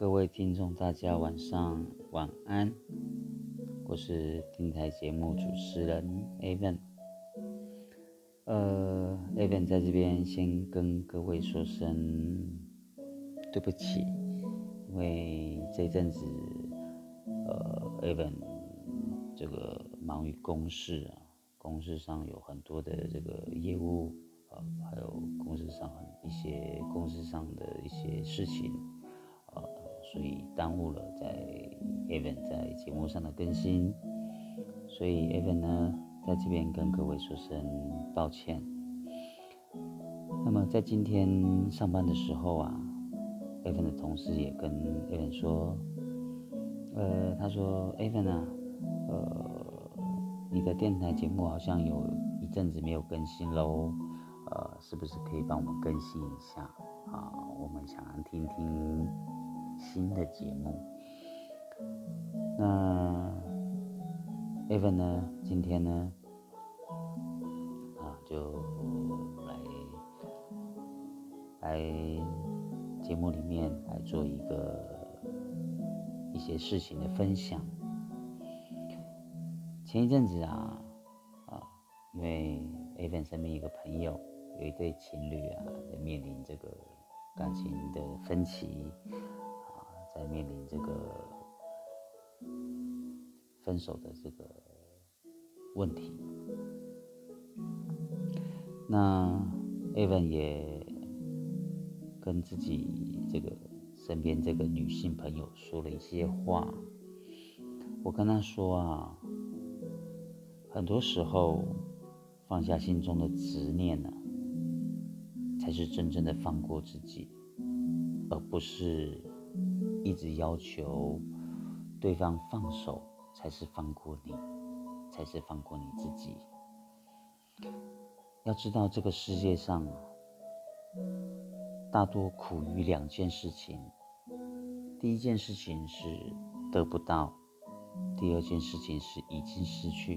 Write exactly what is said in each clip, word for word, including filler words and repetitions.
各位听众，大家晚上晚安。我是电台节目主持人 Evan。呃 ，Evan 在这边先跟各位说声对不起，因为这阵子，呃，Evan 这个忙于公事啊，公事上有很多的这个业务，呃，还有公事上一些公事上的一些事情，呃，所以耽误了在 Evan 在节目上的更新，所以 Evan 呢在这边跟各位说声抱歉。那么在今天上班的时候啊 ，Evan 的同事也跟 Evan 说，呃，他说 Evan 啊，呃，你的电台节目好像有一阵子没有更新喽，呃，是不是可以帮我们更新一下啊？我们想要听听新的节目。那 Evan 呢，今天呢，啊，就来来节目里面来做一个一些事情的分享。前一阵子啊，啊，因为 Evan 身边一个朋友有一对情侣啊，在面临这个感情的分歧啊，在面临这个分手的这个问题。那 Evan 也跟自己这个身边这个女性朋友说了一些话。我跟她说啊，很多时候放下心中的执念呢、啊，才是真正的放过自己，而不是一直要求对方放手才是放过你，才是放过你自己。要知道这个世界上大多苦于两件事情，第一件事情是得不到，第二件事情是已经失去。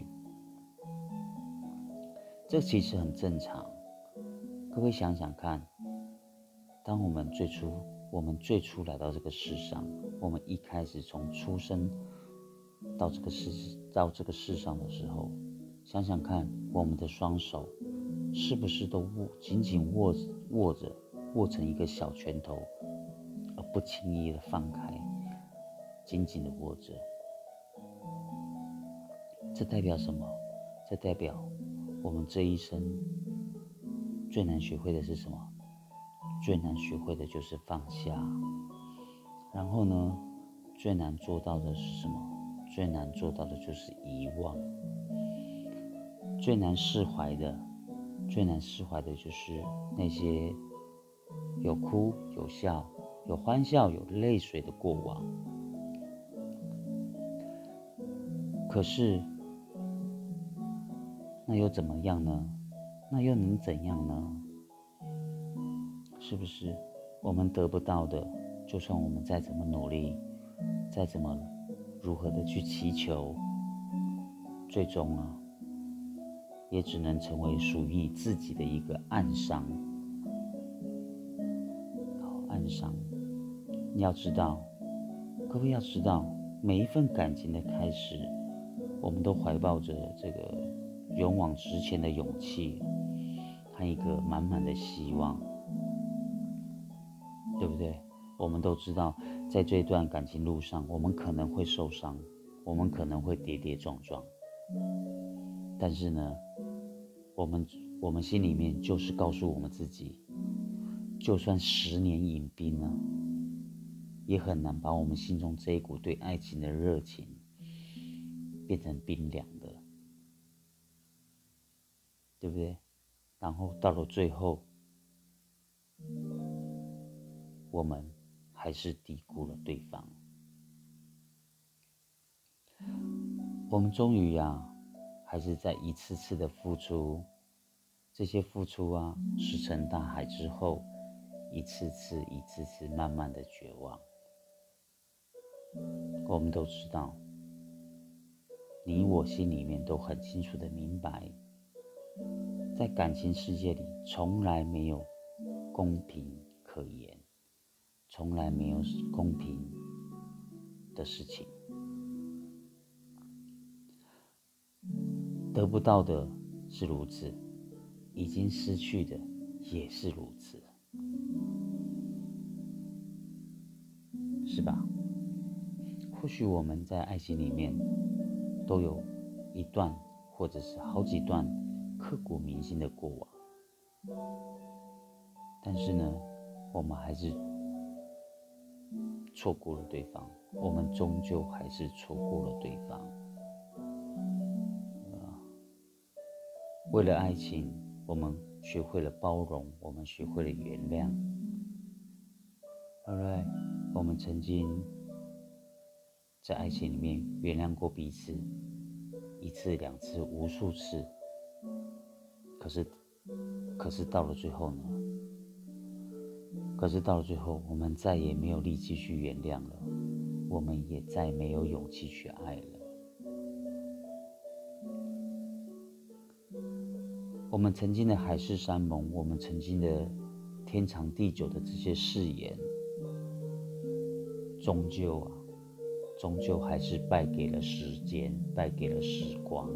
这其实很正常。各位想想看，当我们最初我们最初来到这个世上，我们一开始从出生到这个世到这个世上的时候，想想看，我们的双手是不是都握紧紧握握着，握成一个小拳头，而不轻易的放开，紧紧的握着？这代表什么？这代表我们这一生最难学会的是什么？最难学会的就是放下。然后呢，最难做到的是什么？最难做到的就是遗忘。最难释怀的，最难释怀的就是那些有哭有笑、有欢笑有泪水的过往。可是，那又怎么样呢？那又能怎样呢？是不是？我们得不到的，就算我们再怎么努力，再怎么如何的去祈求，最终呢，也只能成为属于你自己的一个暗伤。好，暗伤。你要知道，各位要知道，每一份感情的开始，我们都怀抱着这个勇往直前的勇气和一个满满的希望，对不对？我们都知道，在这段感情路上，我们可能会受伤，我们可能会跌跌撞撞，但是呢，我们我们心里面就是告诉我们自己，就算十年饮冰呢，也很难把我们心中这一股对爱情的热情变成冰凉的，对不对？然后到了最后，我们还是低估了对方。我们终于啊，还是在一次次的付出，这些付出啊，石沉大海之后，一次次、一次次慢慢的绝望。我们都知道，你我心里面都很清楚的明白，在感情世界里从来没有公平可言， 从来没有公平的事情，得不到的是如此，已经失去的也是如此，是吧？或许我们在爱情里面都有一段或者是好几段刻骨铭心的过往，但是呢，我们还是错过了对方，我们终究还是错过了对方。呃、为了爱情，我们学会了包容，我们学会了原谅。Alright， 我们曾经在爱情里面原谅过彼此，一次、两次、无数次。可是，可是到了最后呢？可是到了最后，我们再也没有力气去原谅了，我们也再没有勇气去爱了。我们曾经的海誓山盟，我们曾经的天长地久的这些誓言，终究啊，终究还是败给了时间，败给了时光，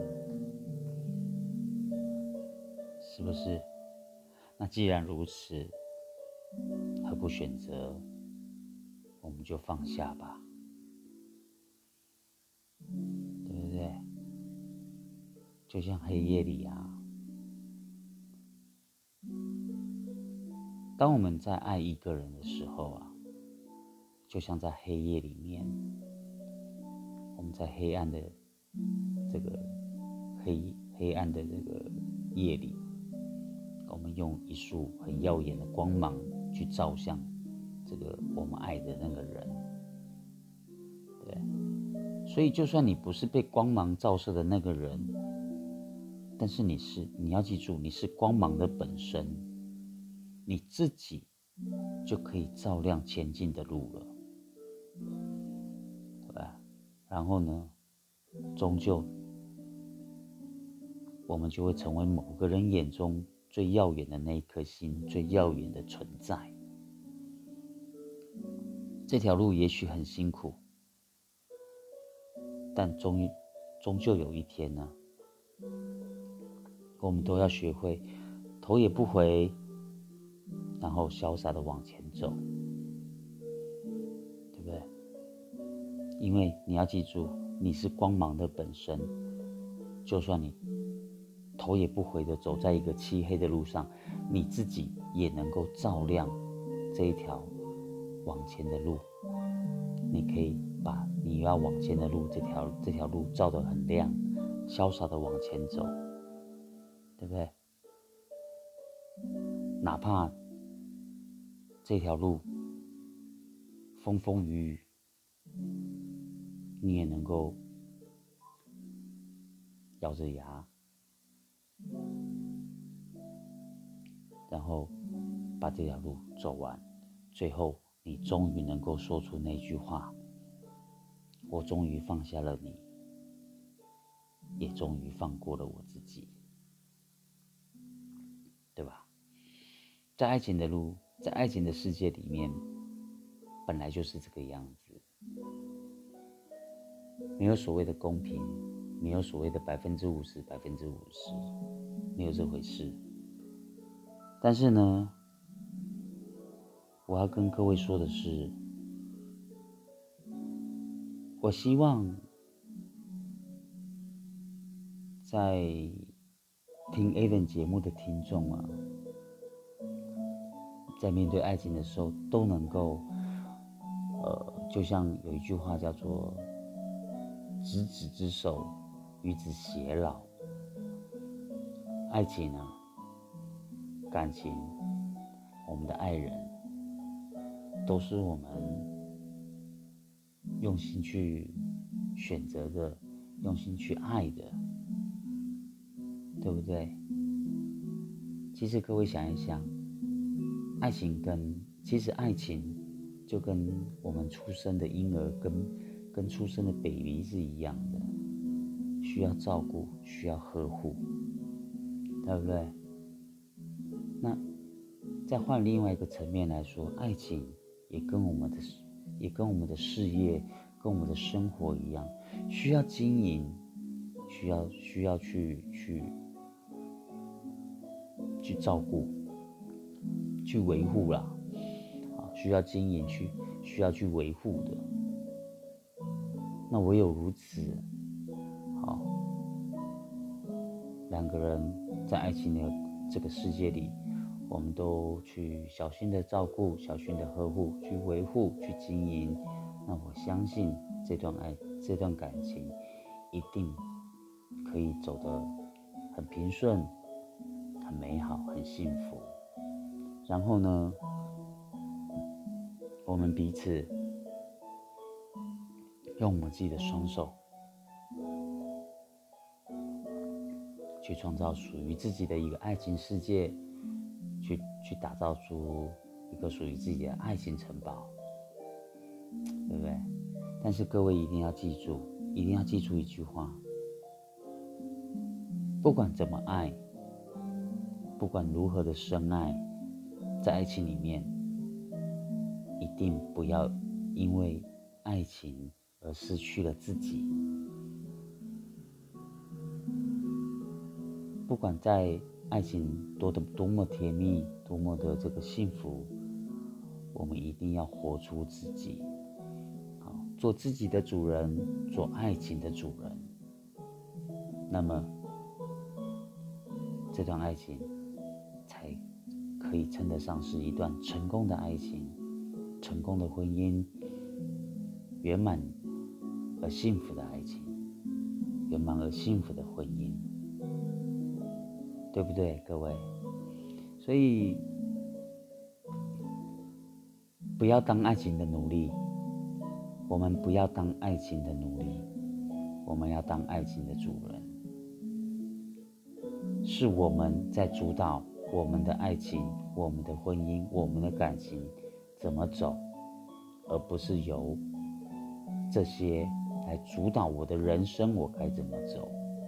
是不是？那既然如此，何不选择，我们就放下吧，对不对？就像黑夜里啊，当我们在爱一个人的时候啊，就像在黑夜里面，我们在黑暗的这个黑黑暗的这个夜里，我们用一束很耀眼的光芒去照向这个我们爱的那个人，对。所以，就算你不是被光芒照射的那个人，但是你是，你要记住，你是光芒的本身，你自己就可以照亮前进的路了，对吧？然后呢，终究我们就会成为某个人眼中最耀眼的那一颗星，最耀眼的存在。这条路也许很辛苦，但终于终究有一天呢，我们都要学会头也不回，然后潇洒的往前走，对不对？因为你要记住，你是光芒的本身，就算你头也不回的走在一个漆黑的路上，你自己也能够照亮这一条往前的路。你可以把你要往前的路这条这条路照得很亮，潇洒的往前走，对不对？哪怕这条路风风雨雨，你也能够咬着牙，然后把这条路走完，最后你终于能够说出那句话：我终于放下了你，也终于放过了我自己，对吧？在爱情的路，在爱情的世界里面，本来就是这个样子，没有所谓的公平，没有所谓的百分之五十、百分之五十，没有这回事。但是呢，我要跟各位说的是，我希望在听 Aven 节目的听众啊，在面对爱情的时候都能够，呃，就像有一句话叫做“执子之手，与子偕老”。爱情啊，感情，我们的爱人，都是我们用心去选择的，用心去爱的，对不对？其实各位想一想，爱情跟其实爱情就跟我们出生的婴儿跟跟出生的 baby 是一样的，需要照顾，需要呵护，对不对？那再换另外一个层面来说，爱情也跟我们的也跟我们的事业、跟我们的生活一样，需要经营，需要需要去去去照顾、去维护啦，啊，需要经营、去需要去维护的。那唯有如此，好，两个人在爱情的这个世界里，我们都去小心的照顾、小心的呵护、去维护、去经营。那我相信这段爱、这段感情一定可以走得很平顺、很美好、很幸福。然后呢，我们彼此用我们自己的双手去创造属于自己的一个爱情世界，去去打造出一个属于自己的爱情城堡，对不对？但是各位一定要记住，一定要记住一句话：不管怎么爱，不管如何的深爱，在爱情里面，一定不要因为爱情而失去了自己。不管在爱情多的多么甜蜜，多么的这个幸福，我们一定要活出自己，好，做自己的主人，做爱情的主人。那么，这段爱情才可以称得上是一段成功的爱情，成功的婚姻，圆满而幸福的爱情，圆满而幸福的婚姻。对不对，各位？所以不要当爱情的奴隶，我们不要当爱情的奴隶，我们要当爱情的主人。是我们在主导我们的爱情、我们的婚姻、我们的感情怎么走，而不是由这些来主导我的人生，我该怎么走。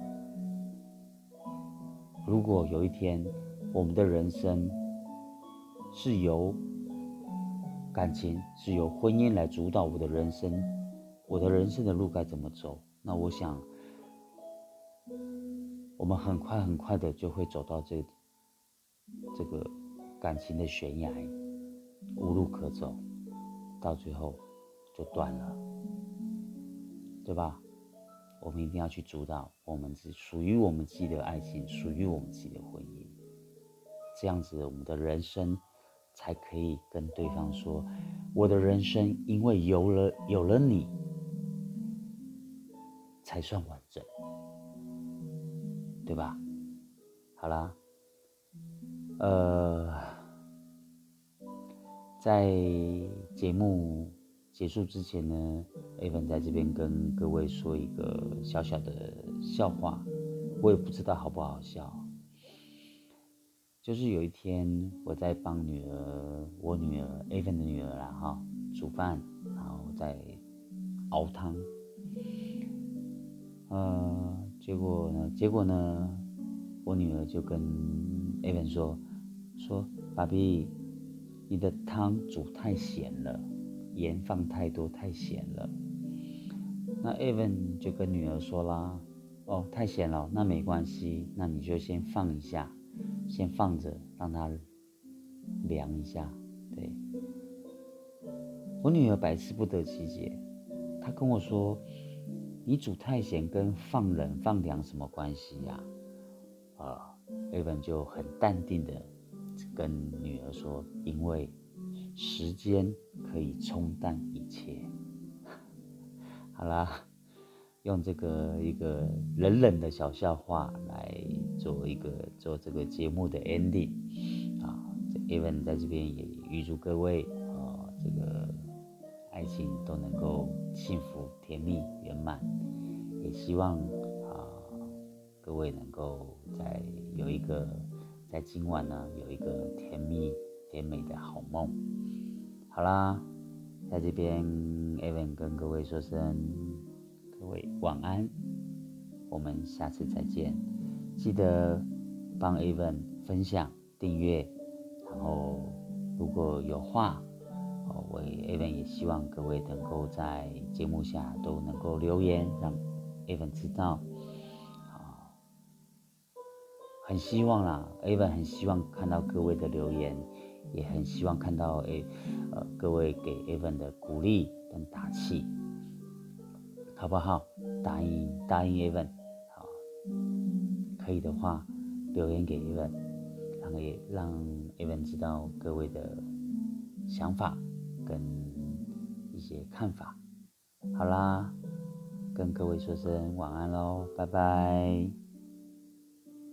如果有一天我们的人生是由感情、是由婚姻来主导我的人生，我的人生的路该怎么走？那我想，我们很快很快的就会走到这这个感情的悬崖，无路可走，到最后就断了，对吧？我们一定要去主导我们自属于我们自己的爱情，属于我们自己的婚姻，这样子我们的人生才可以跟对方说，我的人生因为有了有了你，才算完整，对吧？好啦，呃，在节目结束之前呢 ，Evan 在这边跟各位说一个小小的笑话，我也不知道好不好笑。就是有一天我在帮女儿，我女儿 Evan 的女儿啦哈，煮饭，然后在熬汤，呃，结果呢，结果呢，我女儿就跟 Evan 说，说爸比，你的汤煮太咸了，盐放太多，太咸了。那 Evan 就跟女儿说啦，哦，太咸了，那没关系，那你就先放一下，先放着，让它凉一下。对，我女儿百思不得其解，她跟我说，你煮太咸跟放冷放凉什么关系呀？啊 ，Evan 就很淡定的跟女儿说，因为时间可以冲淡一切。好啦，用这个一个冷冷的小笑话来做一个做这个节目的 ending 啊。Evan 在这边也预祝各位啊，这个爱情都能够幸福、甜蜜、圆满，也希望啊各位能够在有一个在今晚呢有一个甜蜜甜美的好梦。好啦，在这边 Evan 跟各位说声各位晚安，我们下次再见。记得帮 Evan 分享、订阅，然后如果有话哦，我 Evan 也希望各位能够在节目下都能够留言，让 Evan 知道。啊，很希望啦 ，Evan 很希望看到各位的留言，也很希望看到 A 呃各位给 Evan 的鼓励跟打气，好不好？答应答应 Evan， 好，可以的话留言给 Evan， 让也让 Evan 知道各位的想法跟一些看法。好啦，跟各位说声晚安喽，拜拜。